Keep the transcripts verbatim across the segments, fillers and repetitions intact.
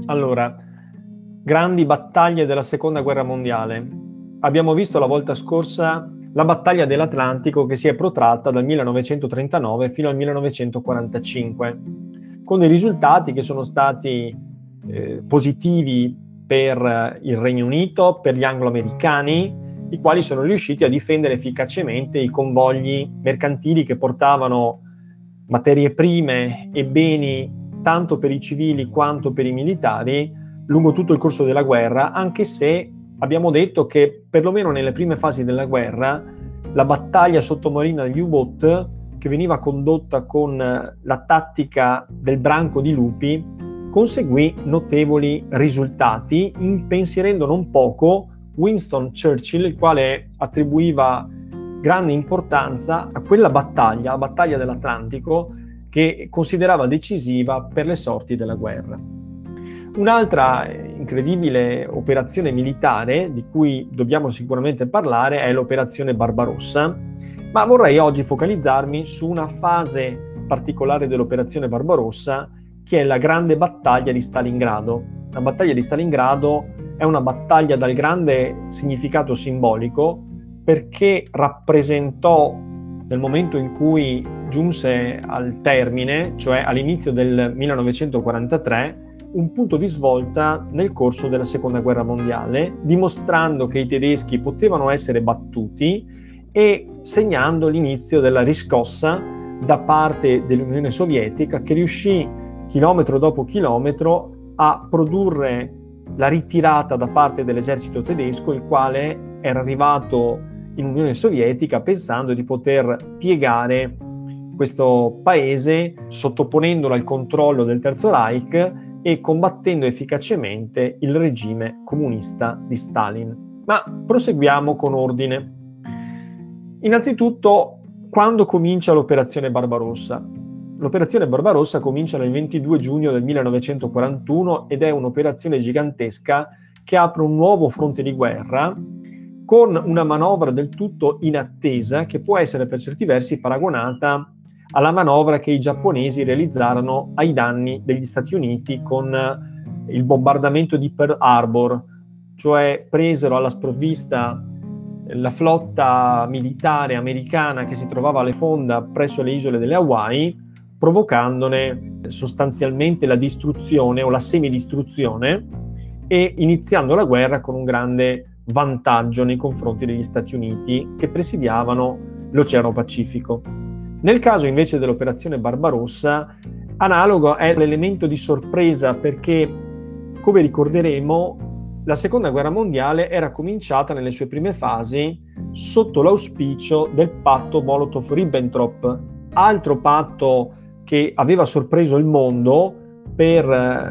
Allora, grandi battaglie della Seconda Guerra Mondiale. Abbiamo visto la volta scorsa la battaglia dell'Atlantico che si è protratta dal millenovecentotrentanove fino al millenovecentoquarantacinque, con dei risultati che sono stati eh, positivi per il Regno Unito, per gli anglo-americani, i quali sono riusciti a difendere efficacemente i convogli mercantili che portavano materie prime e beni tanto per i civili quanto per i militari lungo tutto il corso della guerra, anche se abbiamo detto che perlomeno nelle prime fasi della guerra la battaglia sottomarina degli U-boat, che veniva condotta con la tattica del branco di lupi, conseguì notevoli risultati, impensierendo non poco Winston Churchill, il quale attribuiva grande importanza a quella battaglia, la battaglia dell'Atlantico, che considerava decisiva per le sorti della guerra. Un'altra incredibile operazione militare di cui dobbiamo sicuramente parlare è l'operazione Barbarossa, ma vorrei oggi focalizzarmi su una fase particolare dell'operazione Barbarossa, che è la grande battaglia di Stalingrado. La battaglia di Stalingrado è una battaglia dal grande significato simbolico, perché rappresentò, nel momento in cui giunse al termine, cioè all'inizio del millenovecentoquarantatré, un punto di svolta nel corso della Seconda Guerra Mondiale, dimostrando che i tedeschi potevano essere battuti e segnando l'inizio della riscossa da parte dell'Unione Sovietica, che riuscì chilometro dopo chilometro a produrre la ritirata da parte dell'esercito tedesco, il quale era arrivato in Unione Sovietica pensando di poter piegare questo paese, sottoponendolo al controllo del Terzo Reich e combattendo efficacemente il regime comunista di Stalin. Ma proseguiamo con ordine. Innanzitutto, quando comincia l'operazione Barbarossa? L'operazione Barbarossa comincia nel ventidue giugno del millenovecentoquarantuno ed è un'operazione gigantesca che apre un nuovo fronte di guerra con una manovra del tutto inattesa, che può essere per certi versi paragonata alla manovra che i giapponesi realizzarono ai danni degli Stati Uniti con il bombardamento di Pearl Harbor, cioè presero alla sprovvista la flotta militare americana che si trovava alle fonda presso le isole delle Hawaii, provocandone sostanzialmente la distruzione o la semidistruzione e iniziando la guerra con un grande vantaggio nei confronti degli Stati Uniti, che presidiavano l'Oceano Pacifico. Nel caso invece dell'operazione Barbarossa, analogo è l'elemento di sorpresa, perché, come ricorderemo, la Seconda Guerra Mondiale era cominciata nelle sue prime fasi sotto l'auspicio del patto Molotov-Ribbentrop, altro patto che aveva sorpreso il mondo per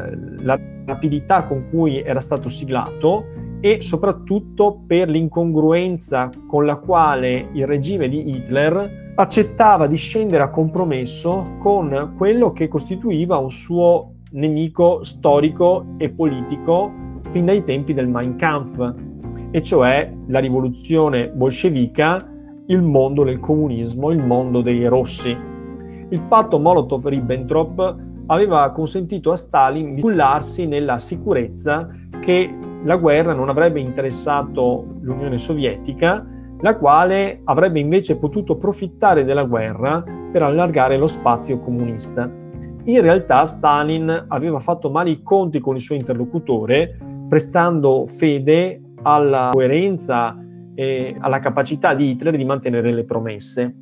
la rapidità con cui era stato siglato e soprattutto per l'incongruenza con la quale il regime di Hitler accettava di scendere a compromesso con quello che costituiva un suo nemico storico e politico fin dai tempi del Mein Kampf, e cioè la rivoluzione bolscevica, il mondo del comunismo, il mondo dei rossi. Il patto Molotov-Ribbentrop aveva consentito a Stalin di cullarsi nella sicurezza che la guerra non avrebbe interessato l'Unione Sovietica, la quale avrebbe invece potuto approfittare della guerra per allargare lo spazio comunista. In realtà Stalin aveva fatto male i conti con il suo interlocutore, prestando fede alla coerenza e alla capacità di Hitler di mantenere le promesse.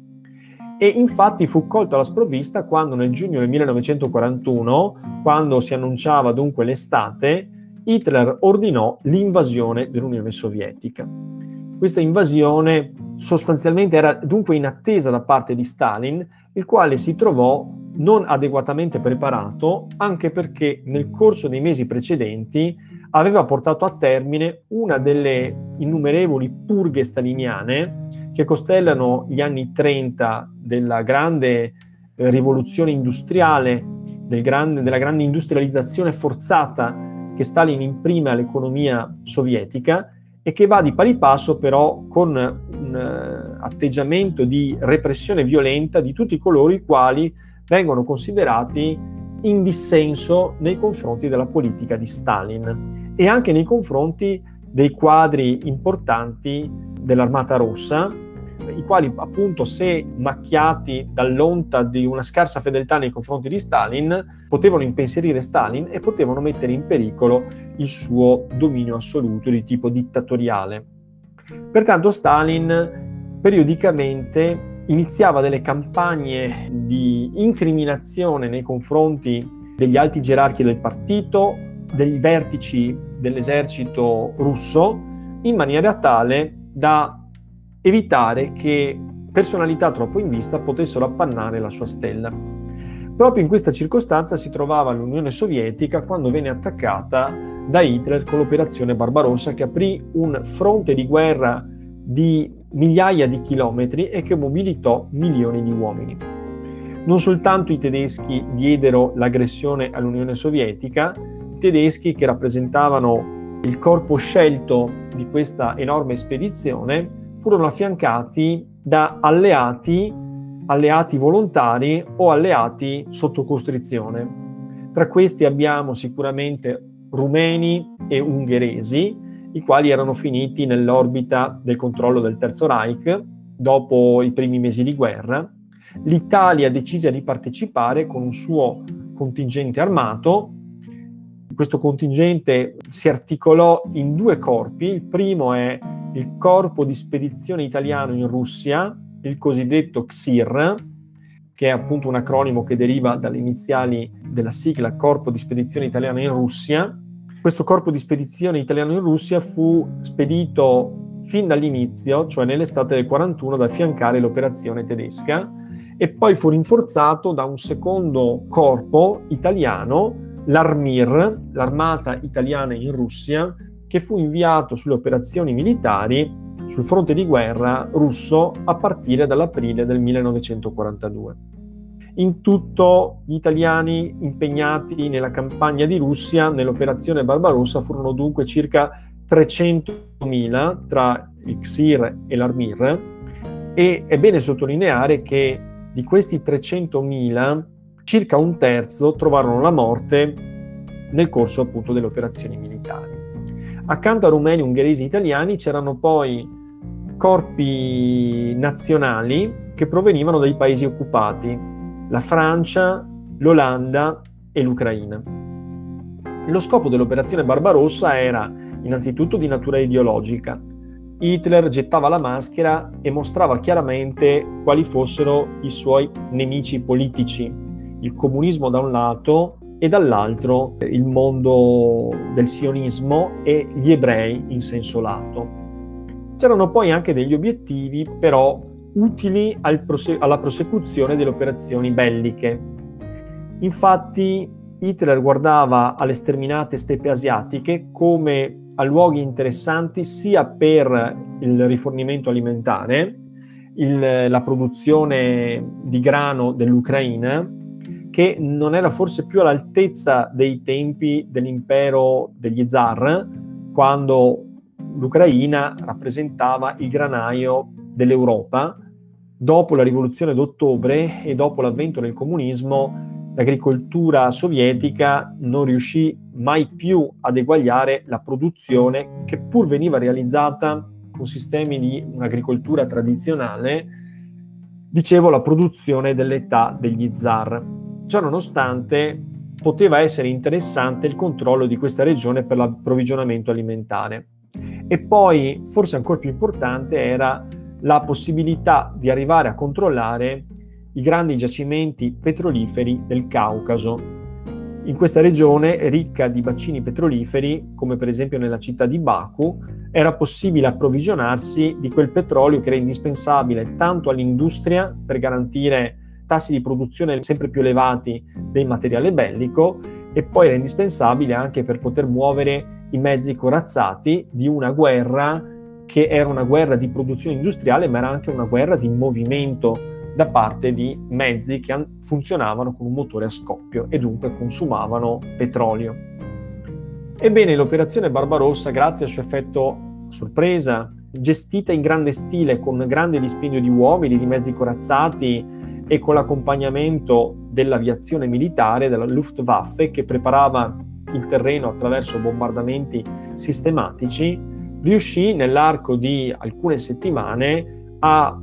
E infatti fu colto alla sprovvista quando nel giugno del millenovecentoquarantuno, quando si annunciava dunque l'estate, Hitler ordinò l'invasione dell'Unione Sovietica. Questa invasione sostanzialmente era dunque in attesa da parte di Stalin, il quale si trovò non adeguatamente preparato, anche perché nel corso dei mesi precedenti aveva portato a termine una delle innumerevoli purghe staliniane che costellano gli anni trenta della grande eh, rivoluzione industriale, del grande, della grande industrializzazione forzata che Stalin imprime all'economia sovietica e che va di pari passo però con un uh, atteggiamento di repressione violenta di tutti coloro i quali vengono considerati in dissenso nei confronti della politica di Stalin e anche nei confronti dei quadri importanti dell'Armata Rossa, i quali appunto, se macchiati dall'onta di una scarsa fedeltà nei confronti di Stalin, potevano impensierire Stalin e potevano mettere in pericolo il suo dominio assoluto di tipo dittatoriale. Pertanto Stalin periodicamente iniziava delle campagne di incriminazione nei confronti degli alti gerarchi del partito, degli vertici dell'esercito russo, in maniera tale da evitare che personalità troppo in vista potessero appannare la sua stella. Proprio in questa circostanza si trovava l'Unione Sovietica quando venne attaccata da Hitler con l'operazione Barbarossa, che aprì un fronte di guerra di migliaia di chilometri e che mobilitò milioni di uomini. Non soltanto i tedeschi diedero l'aggressione all'Unione Sovietica, i tedeschi, che rappresentavano il corpo scelto di questa enorme spedizione, furono affiancati da alleati, alleati volontari o alleati sotto costrizione. Tra questi abbiamo sicuramente rumeni e ungheresi, i quali erano finiti nell'orbita del controllo del Terzo Reich dopo i primi mesi di guerra. L'Italia decise di partecipare con un suo contingente armato. Questo contingente si articolò in due corpi. Il primo è il Corpo di Spedizione Italiano in Russia, il cosiddetto C S I R, che è appunto un acronimo che deriva dalle iniziali della sigla Corpo di Spedizione Italiana in Russia. Questo Corpo di Spedizione Italiano in Russia fu spedito fin dall'inizio, cioè nell'estate del quarantuno, ad affiancare l'operazione tedesca, e poi fu rinforzato da un secondo corpo italiano, l'Armir, l'Armata Italiana in Russia, che fu inviato sulle operazioni militari sul fronte di guerra russo a partire dall'aprile del millenovecentoquarantadue. In tutto gli italiani impegnati nella campagna di Russia, nell'operazione Barbarossa, furono dunque circa trecentomila tra il C S I R e l'Armir, e è bene sottolineare che di questi trecentomila circa un terzo trovarono la morte nel corso appunto delle operazioni militari. Accanto a rumeni, ungheresi e italiani c'erano poi corpi nazionali che provenivano dai paesi occupati, la Francia, l'Olanda e l'Ucraina. Lo scopo dell'operazione Barbarossa era innanzitutto di natura ideologica. Hitler gettava la maschera e mostrava chiaramente quali fossero i suoi nemici politici, il comunismo da un lato e dall'altro il mondo del sionismo e gli ebrei in senso lato. C'erano poi anche degli obiettivi però utili al prose- alla prosecuzione delle operazioni belliche. Infatti Hitler guardava alle sterminate steppe asiatiche come a luoghi interessanti sia per il rifornimento alimentare, il, la produzione di grano dell'Ucraina, che non era forse più all'altezza dei tempi dell'impero degli zar, quando l'Ucraina rappresentava il granaio dell'Europa. Dopo la rivoluzione d'ottobre e dopo l'avvento del comunismo, l'agricoltura sovietica non riuscì mai più ad eguagliare la produzione che pur veniva realizzata con sistemi di un'agricoltura tradizionale, dicevo la produzione dell'età degli zar. Ciononostante poteva essere interessante il controllo di questa regione per l'approvvigionamento alimentare. E poi, forse ancora più importante, era la possibilità di arrivare a controllare i grandi giacimenti petroliferi del Caucaso. In questa regione, ricca di bacini petroliferi, come per esempio nella città di Baku, era possibile approvvigionarsi di quel petrolio che era indispensabile tanto all'industria per garantire tassi di produzione sempre più elevati del materiale bellico, e poi era indispensabile anche per poter muovere i mezzi corazzati di una guerra che era una guerra di produzione industriale, ma era anche una guerra di movimento da parte di mezzi che funzionavano con un motore a scoppio e dunque consumavano petrolio. Ebbene, l'operazione Barbarossa, grazie al suo effetto sorpresa, gestita in grande stile con grande dispendio di uomini, di mezzi corazzati e con l'accompagnamento dell'aviazione militare, della Luftwaffe, che preparava il terreno attraverso bombardamenti sistematici, riuscì nell'arco di alcune settimane a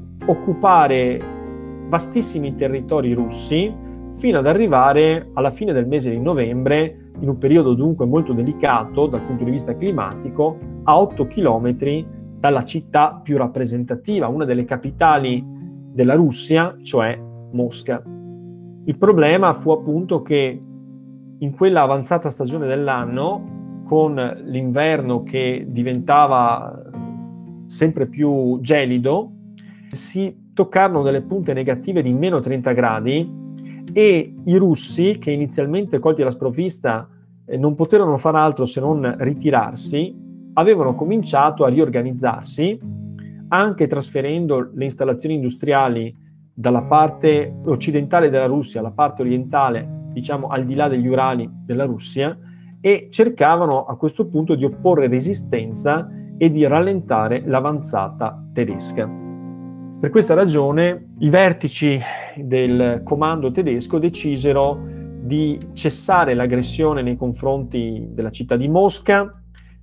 occupare vastissimi territori russi fino ad arrivare alla fine del mese di novembre, in un periodo dunque molto delicato dal punto di vista climatico, a otto chilometri dalla città più rappresentativa, una delle capitali della Russia, cioè Mosca. Il problema fu appunto che in quella avanzata stagione dell'anno, con l'inverno che diventava sempre più gelido, si toccarono delle punte negative di meno trenta gradi e i russi, che inizialmente colti alla sprovvista eh, non poterono far altro se non ritirarsi, avevano cominciato a riorganizzarsi, anche trasferendo le installazioni industriali dalla parte occidentale della Russia alla parte orientale, diciamo al di là degli Urali della Russia, e cercavano a questo punto di opporre resistenza e di rallentare l'avanzata tedesca. Per questa ragione i vertici del comando tedesco decisero di cessare l'aggressione nei confronti della città di Mosca,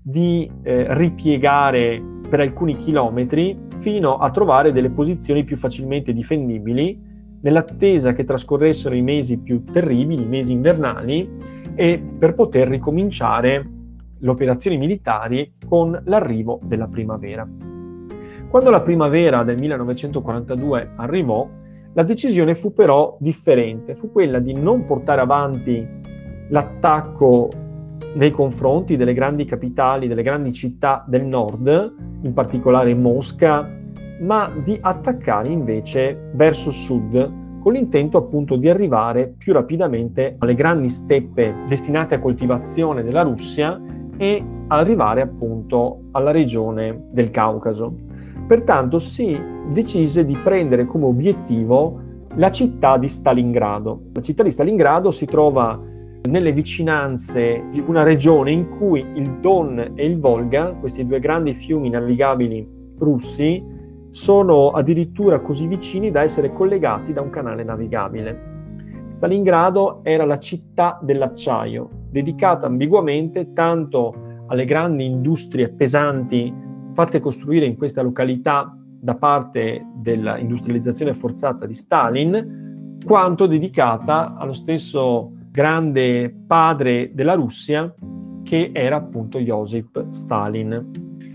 di eh, ripiegare per alcuni chilometri fino a trovare delle posizioni più facilmente difendibili, nell'attesa che trascorressero i mesi più terribili, i mesi invernali, e per poter ricominciare le operazioni militari con l'arrivo della primavera. Quando la primavera del millenovecentoquarantadue arrivò, la decisione fu però differente, fu quella di non portare avanti l'attacco nei confronti delle grandi capitali, delle grandi città del nord, in particolare Mosca, ma di attaccare invece verso sud, con l'intento appunto di arrivare più rapidamente alle grandi steppe destinate a coltivazione della Russia e arrivare appunto alla regione del Caucaso. Pertanto si decise di prendere come obiettivo la città di Stalingrado. La città di Stalingrado si trova nelle vicinanze di una regione in cui il Don e il Volga, questi due grandi fiumi navigabili russi, sono addirittura così vicini da essere collegati da un canale navigabile. Stalingrado era la città dell'acciaio, dedicata ambiguamente tanto alle grandi industrie pesanti fatte costruire in questa località da parte dell'industrializzazione forzata di Stalin, quanto dedicata allo stesso grande padre della Russia, che era appunto Josip Stalin.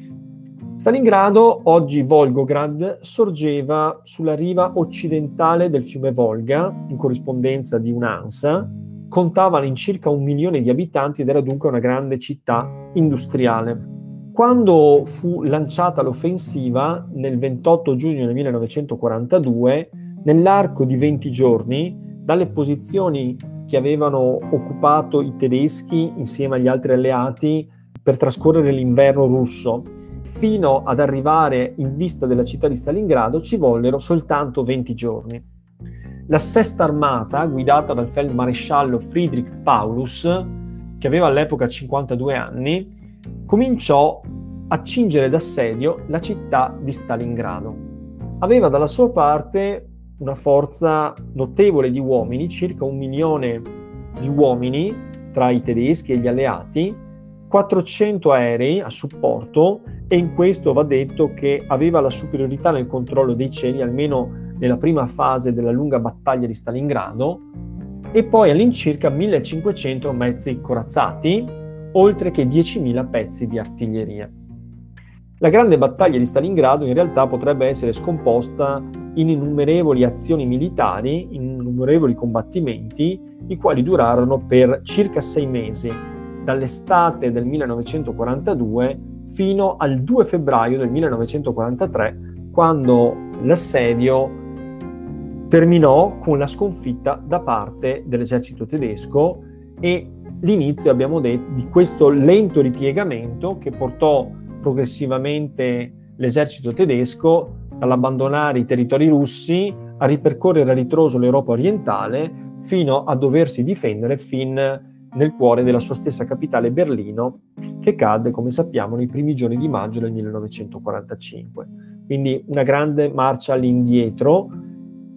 Stalingrado, oggi Volgograd, sorgeva sulla riva occidentale del fiume Volga, in corrispondenza di un'ansa, contava all'incirca un milione di abitanti ed era dunque una grande città industriale. Quando fu lanciata l'offensiva, nel ventotto giugno del millenovecentoquarantadue, nell'arco di venti giorni, dalle posizioni che avevano occupato i tedeschi insieme agli altri alleati per trascorrere l'inverno russo, fino ad arrivare in vista della città di Stalingrado, ci vollero soltanto venti giorni. La sesta armata, guidata dal feldmaresciallo Friedrich Paulus, che aveva all'epoca cinquantadue anni, cominciò a cingere d'assedio la città di Stalingrado. Aveva dalla sua parte una forza notevole di uomini, circa un milione di uomini tra i tedeschi e gli alleati, quattrocento aerei a supporto, e in questo va detto che aveva la superiorità nel controllo dei cieli, almeno nella prima fase della lunga battaglia di Stalingrado, e poi all'incirca millecinquecento mezzi corazzati, oltre che diecimila pezzi di artiglieria. La grande battaglia di Stalingrado in realtà potrebbe essere scomposta in innumerevoli azioni militari, in innumerevoli combattimenti, i quali durarono per circa sei mesi, dall'estate del millenovecentoquarantadue fino al due febbraio del millenovecentoquarantatré, quando l'assedio terminò con la sconfitta da parte dell'esercito tedesco e l'inizio, abbiamo detto, di questo lento ripiegamento che portò progressivamente l'esercito tedesco dall'abbandonare i territori russi a ripercorrere a ritroso l'Europa orientale fino a doversi difendere fin nel cuore della sua stessa capitale Berlino, che cadde, come sappiamo, nei primi giorni di maggio del millenovecentoquarantacinque. Quindi una grande marcia all'indietro,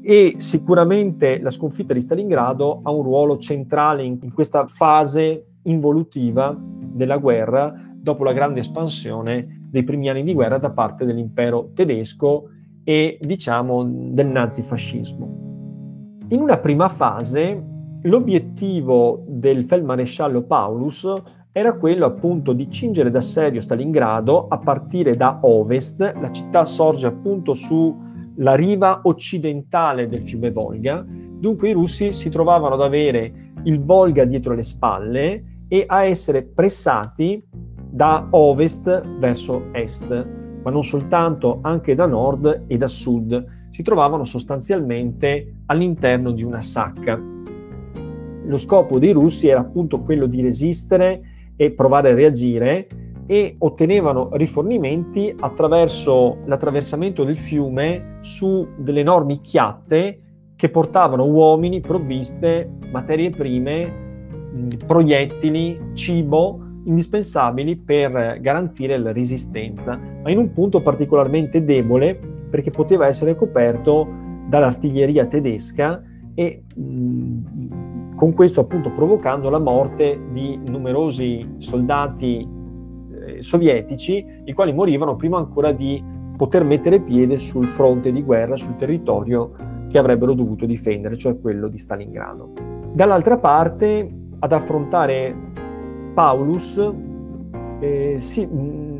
E sicuramente la sconfitta di Stalingrado ha un ruolo centrale in, in questa fase involutiva della guerra dopo la grande espansione dei primi anni di guerra da parte dell'impero tedesco e, diciamo, del nazifascismo. In una prima fase l'obiettivo del feldmaresciallo Paulus era quello appunto di cingere d'assedio Stalingrado a partire da ovest. La città sorge appunto sulla riva occidentale del fiume Volga, dunque i russi si trovavano ad avere il Volga dietro le spalle e a essere pressati da ovest verso est, ma non soltanto, anche da nord e da sud. Si trovavano sostanzialmente all'interno di una sacca. Lo scopo dei russi era appunto quello di resistere e provare a reagire, e ottenevano rifornimenti attraverso l'attraversamento del fiume su delle enormi chiatte che portavano uomini, provviste, materie prime, proiettili, cibo indispensabili per garantire la resistenza, ma in un punto particolarmente debole perché poteva essere coperto dall'artiglieria tedesca e mh, con questo appunto provocando la morte di numerosi soldati eh, sovietici, i quali morivano prima ancora di poter mettere piede sul fronte di guerra, sul territorio che avrebbero dovuto difendere, cioè quello di Stalingrado. Dall'altra parte, ad affrontare Paulus eh, si,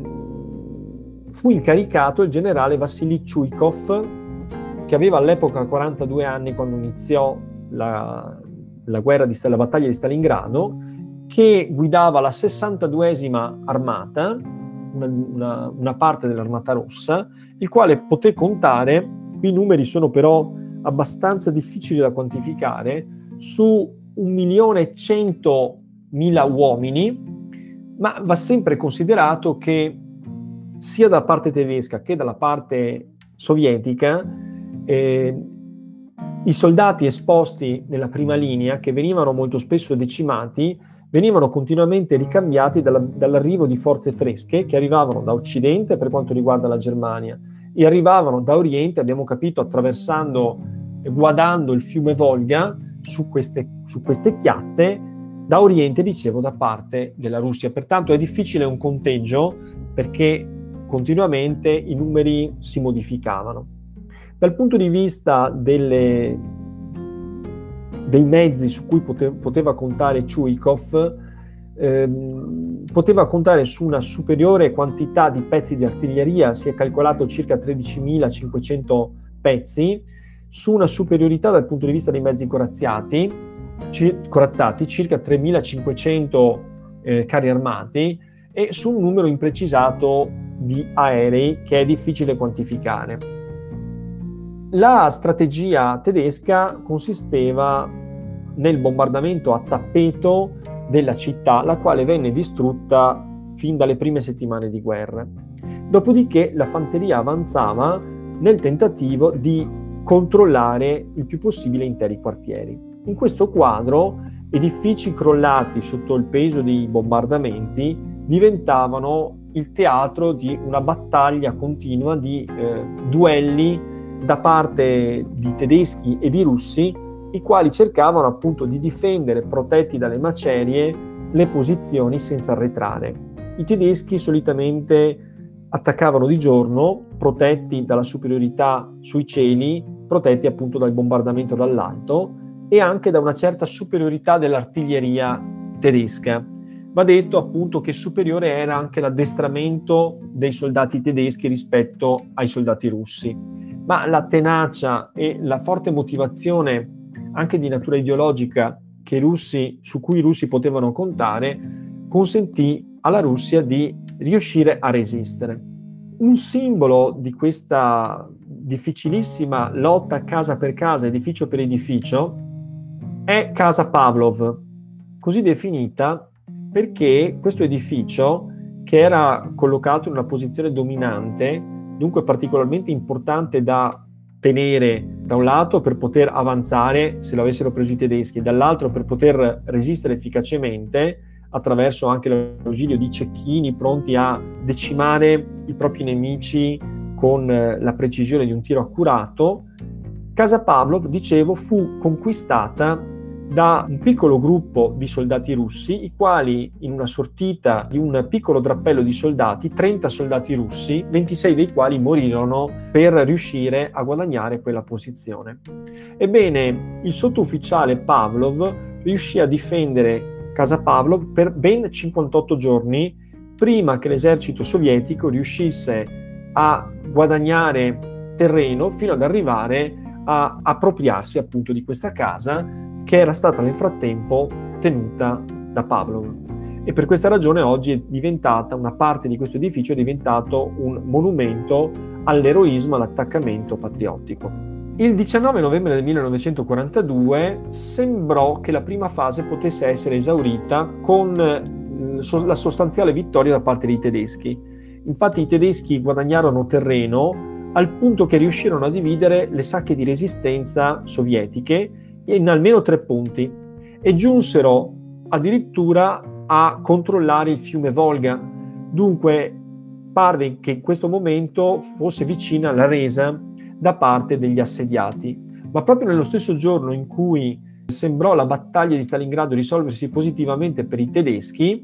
mh, fu incaricato il generale Vassili Chuikov, che aveva all'epoca quarantadue anni quando iniziò la, la, guerra di, la battaglia di Stalingrado, che guidava la sessantaduesima armata, una, una, una parte dell'Armata Rossa, il quale poté contare, qui i numeri sono però abbastanza difficili da quantificare, su un milione e centomila uomini, ma va sempre considerato che sia da parte tedesca che dalla parte sovietica eh, i soldati esposti nella prima linea, che venivano molto spesso decimati, venivano continuamente ricambiati dalla, dall'arrivo di forze fresche che arrivavano da Occidente per quanto riguarda la Germania e arrivavano da Oriente, abbiamo capito, attraversando e guadando il fiume Volga su queste, su queste chiatte, da Oriente, dicevo, da parte della Russia. Pertanto è difficile un conteggio perché continuamente i numeri si modificavano. Dal punto di vista delle, dei mezzi su cui pote, poteva contare Chuikov, ehm, poteva contare su una superiore quantità di pezzi di artiglieria, si è calcolato circa tredicimilacinquecento pezzi, su una superiorità dal punto di vista dei mezzi corazziati, ci, corazzati, circa tremilacinquecento eh, carri armati, e su un numero imprecisato di aerei che è difficile quantificare. La strategia tedesca consisteva nel bombardamento a tappeto della città, la quale venne distrutta fin dalle prime settimane di guerra. Dopodiché la fanteria avanzava nel tentativo di controllare il più possibile interi quartieri. In questo quadro, edifici crollati sotto il peso dei bombardamenti diventavano il teatro di una battaglia continua di eh, duelli da parte di tedeschi e di russi, i quali cercavano appunto di difendere, protetti dalle macerie, le posizioni senza arretrare. I tedeschi solitamente attaccavano di giorno, protetti dalla superiorità sui cieli, protetti appunto dal bombardamento dall'alto e anche da una certa superiorità dell'artiglieria tedesca. Va detto appunto che superiore era anche l'addestramento dei soldati tedeschi rispetto ai soldati russi. Ma la tenacia e la forte motivazione anche di natura ideologica che i russi, su cui i russi potevano contare, consentì alla Russia di riuscire a resistere. Un simbolo di questa difficilissima lotta casa per casa, edificio per edificio, è Casa Pavlov, così definita perché questo edificio, che era collocato in una posizione dominante, dunque particolarmente importante da tenere da un lato per poter avanzare se lo avessero preso i tedeschi, dall'altro per poter resistere efficacemente attraverso anche l'ausilio di cecchini pronti a decimare i propri nemici con la precisione di un tiro accurato. Casa Pavlov, dicevo, fu conquistata da un piccolo gruppo di soldati russi, i quali in una sortita di un piccolo drappello di soldati, trenta soldati russi, ventisei dei quali morirono per riuscire a guadagnare quella posizione. Ebbene, il sottufficiale Pavlov riuscì a difendere Casa Pavlov per ben cinquantotto giorni prima che l'esercito sovietico riuscisse a guadagnare terreno fino ad arrivare a appropriarsi appunto di questa casa che era stata nel frattempo tenuta da Pavlov. E per questa ragione oggi è diventata, una parte di questo edificio è diventato un monumento all'eroismo, all'attaccamento patriottico. Il diciannove novembre del millenovecentoquarantadue sembrò che la prima fase potesse essere esaurita con la sostanziale vittoria da parte dei tedeschi. Infatti i tedeschi guadagnarono terreno al punto che riuscirono a dividere le sacche di resistenza sovietiche in almeno tre punti e giunsero addirittura a controllare il fiume Volga. Dunque parve che in questo momento fosse vicina la resa da parte degli assediati. Ma proprio nello stesso giorno in cui sembrò la battaglia di Stalingrado risolversi positivamente per i tedeschi,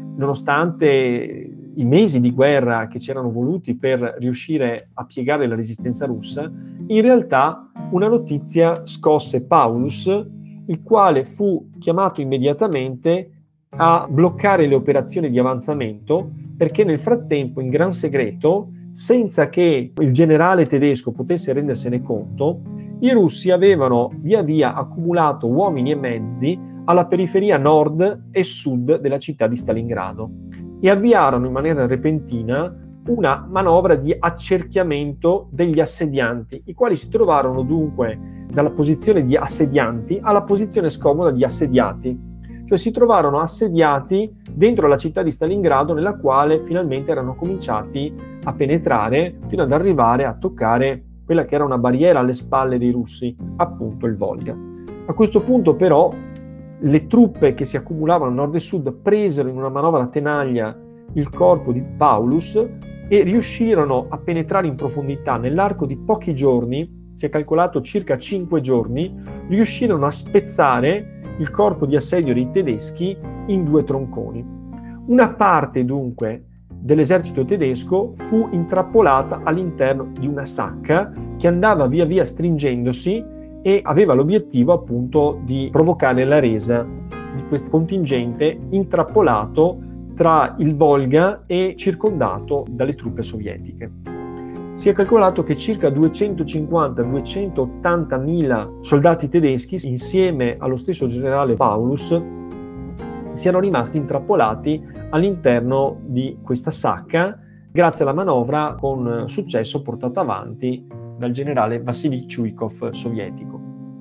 nonostante i mesi di guerra che c'erano voluti per riuscire a piegare la resistenza russa, in realtà una notizia scosse Paulus, il quale fu chiamato immediatamente a bloccare le operazioni di avanzamento, perché nel frattempo, in gran segreto, senza che il generale tedesco potesse rendersene conto, i russi avevano via via accumulato uomini e mezzi alla periferia nord e sud della città di Stalingrado e avviarono in maniera repentina una manovra di accerchiamento degli assedianti, i quali si trovarono dunque dalla posizione di assedianti alla posizione scomoda di assediati, cioè si trovarono assediati dentro la città di Stalingrado, nella quale finalmente erano cominciati a penetrare fino ad arrivare a toccare quella che era una barriera alle spalle dei russi, appunto il Volga. A questo punto però le truppe che si accumulavano a nord e sud presero in una manovra a tenaglia il corpo di Paulus e riuscirono a penetrare in profondità. Nell'arco di pochi giorni, si è calcolato circa cinque giorni, riuscirono a spezzare il corpo di assedio dei tedeschi in due tronconi. Una parte dunque dell'esercito tedesco fu intrappolata all'interno di una sacca che andava via via stringendosi e aveva l'obiettivo appunto di provocare la resa di questo contingente intrappolato tra il Volga e circondato dalle truppe sovietiche. Si è calcolato che circa duecentocinquanta duecentottanta mila soldati tedeschi, insieme allo stesso generale Paulus, siano rimasti intrappolati all'interno di questa sacca grazie alla manovra con successo portata avanti dal generale Vassili Chuikov sovietico.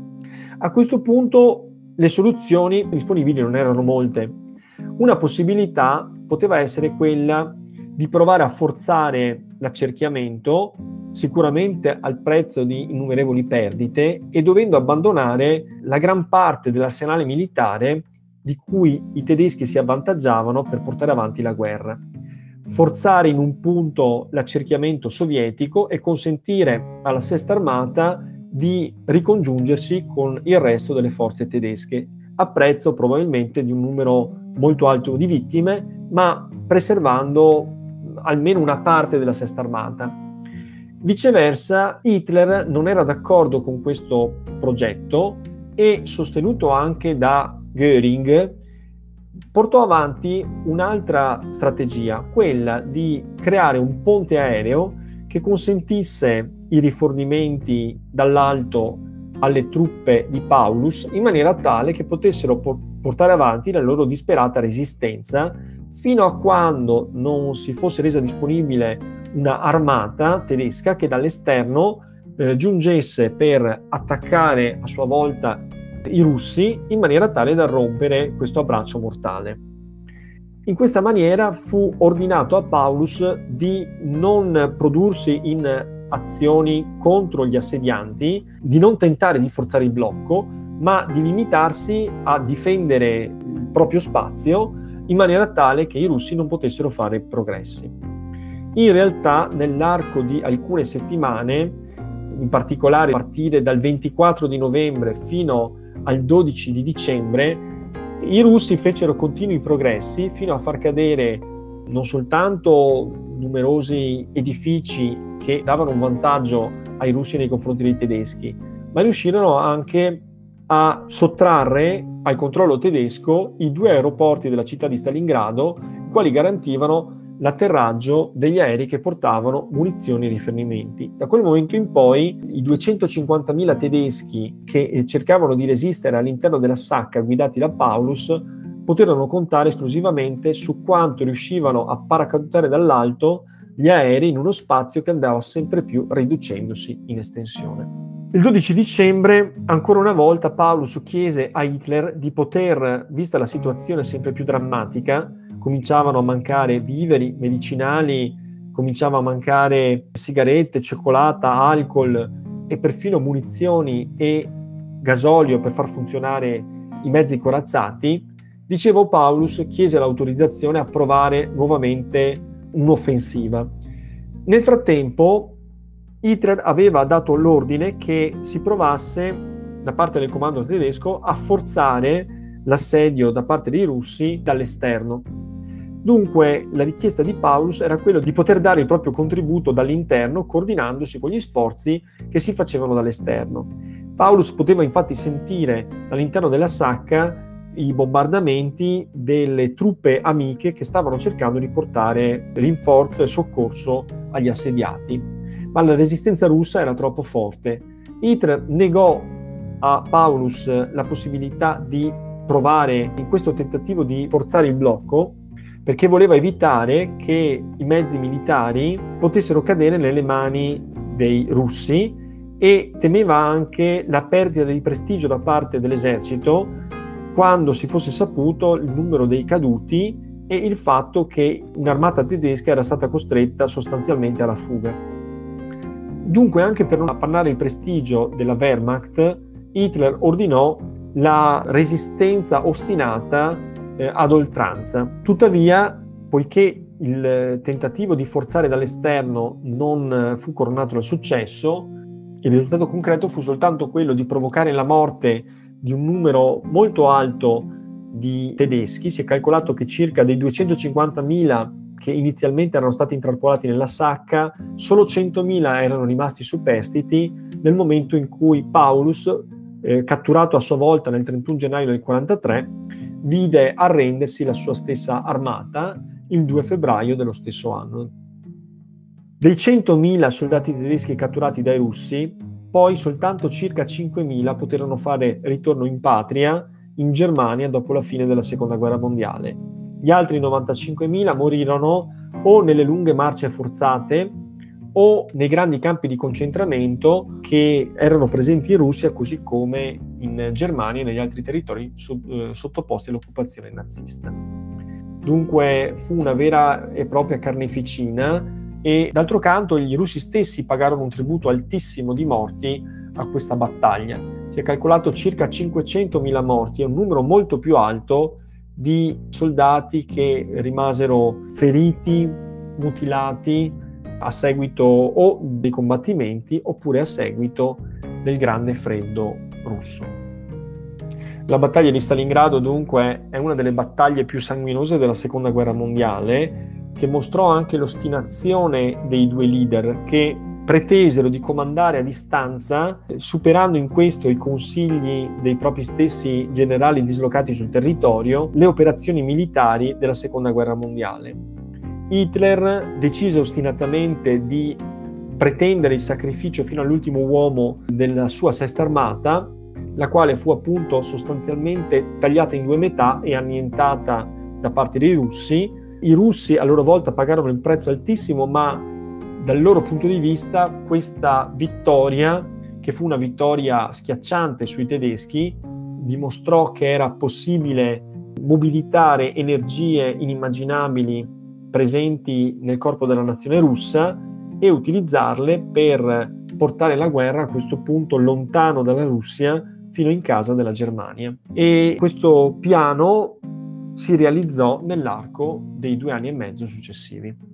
A questo punto le soluzioni disponibili non erano molte. Una possibilità poteva essere quella di provare a forzare l'accerchiamento, sicuramente al prezzo di innumerevoli perdite e dovendo abbandonare la gran parte dell'arsenale militare di cui i tedeschi si avvantaggiavano per portare avanti la guerra. Forzare in un punto l'accerchiamento sovietico e consentire alla Sesta Armata di ricongiungersi con il resto delle forze tedesche, a prezzo probabilmente di un numero molto alto di vittime, ma preservando almeno una parte della Sesta Armata. Viceversa, Hitler non era d'accordo con questo progetto e, sostenuto anche da Göring, portò avanti un'altra strategia, quella di creare un ponte aereo che consentisse i rifornimenti dall'alto alle truppe di Paulus in maniera tale che potessero portare avanti la loro disperata resistenza fino a quando non si fosse resa disponibile una armata tedesca che dall'esterno eh, giungesse per attaccare a sua volta i russi in maniera tale da rompere questo abbraccio mortale. In questa maniera fu ordinato a Paulus di non prodursi in azioni contro gli assedianti, di non tentare di forzare il blocco, ma di limitarsi a difendere il proprio spazio in maniera tale che i russi non potessero fare progressi. In realtà, nell'arco di alcune settimane, in particolare a partire dal ventiquattro di novembre fino al dodici di dicembre, i russi fecero continui progressi fino a far cadere non soltanto numerosi edifici che davano un vantaggio ai russi nei confronti dei tedeschi, ma riuscirono anche a sottrarre al controllo tedesco i due aeroporti della città di Stalingrado, i quali garantivano l'atterraggio degli aerei che portavano munizioni e rifornimenti. Da quel momento in poi i duecentocinquantamila tedeschi che cercavano di resistere all'interno della sacca guidati da Paulus poterono contare esclusivamente su quanto riuscivano a paracadutare dall'alto gli aerei in uno spazio che andava sempre più riducendosi in estensione. Il dodici dicembre, ancora una volta, Paulus chiese a Hitler di poter, vista la situazione sempre più drammatica, cominciavano a mancare viveri, medicinali, cominciava a mancare sigarette, cioccolata, alcol e perfino munizioni e gasolio per far funzionare i mezzi corazzati. Dicevo, Paulus chiese l'autorizzazione a provare nuovamente un'offensiva. Nel frattempo Hitler aveva dato l'ordine che si provasse da parte del comando tedesco a forzare l'assedio da parte dei russi dall'esterno. Dunque la richiesta di Paulus era quella di poter dare il proprio contributo dall'interno, coordinandosi con gli sforzi che si facevano dall'esterno. Paulus poteva infatti sentire dall'interno della sacca i bombardamenti delle truppe amiche che stavano cercando di portare rinforzo e soccorso agli assediati. Ma la resistenza russa era troppo forte. Hitler negò a Paulus la possibilità di provare in questo tentativo di forzare il blocco, perché voleva evitare che i mezzi militari potessero cadere nelle mani dei russi e temeva anche la perdita di prestigio da parte dell'esercito quando si fosse saputo il numero dei caduti e il fatto che un'armata tedesca era stata costretta sostanzialmente alla fuga. Dunque, anche per non appannare il prestigio della Wehrmacht, Hitler ordinò la resistenza ostinata eh, ad oltranza. Tuttavia, poiché il tentativo di forzare dall'esterno non fu coronato dal successo, il risultato concreto fu soltanto quello di provocare la morte di un numero molto alto di tedeschi. Si è calcolato che circa dei duecentocinquantamila che inizialmente erano stati intrappolati nella sacca, solo centomila erano rimasti superstiti nel momento in cui Paulus, eh, catturato a sua volta nel trentuno gennaio del quarantatré, vide arrendersi la sua stessa armata il due febbraio dello stesso anno. Dei centomila soldati tedeschi catturati dai russi, poi soltanto circa cinquemila poterono fare ritorno in patria, in Germania, dopo la fine della Seconda Guerra Mondiale. Gli altri novantacinquemila morirono o nelle lunghe marce forzate o nei grandi campi di concentramento che erano presenti in Russia, così come in Germania e negli altri territori sub, eh, sottoposti all'occupazione nazista. Dunque fu una vera e propria carneficina e d'altro canto i russi stessi pagarono un tributo altissimo di morti a questa battaglia. Si è calcolato circa cinquecentomila morti, è un numero molto più alto di soldati che rimasero feriti, mutilati a seguito o dei combattimenti oppure a seguito del grande freddo russo. La battaglia di Stalingrado dunque è una delle battaglie più sanguinose della Seconda Guerra Mondiale, che mostrò anche l'ostinazione dei due leader che pretesero di comandare a distanza, superando in questo i consigli dei propri stessi generali dislocati sul territorio, le operazioni militari della Seconda Guerra Mondiale. Hitler decise ostinatamente di pretendere il sacrificio fino all'ultimo uomo della sua Sesta Armata, la quale fu appunto sostanzialmente tagliata in due metà e annientata da parte dei russi. I russi a loro volta pagarono il prezzo altissimo, ma dal loro punto di vista questa vittoria, che fu una vittoria schiacciante sui tedeschi, dimostrò che era possibile mobilitare energie inimmaginabili presenti nel corpo della nazione russa e utilizzarle per portare la guerra a questo punto lontano dalla Russia fino in casa della Germania. E questo piano si realizzò nell'arco dei due anni e mezzo successivi.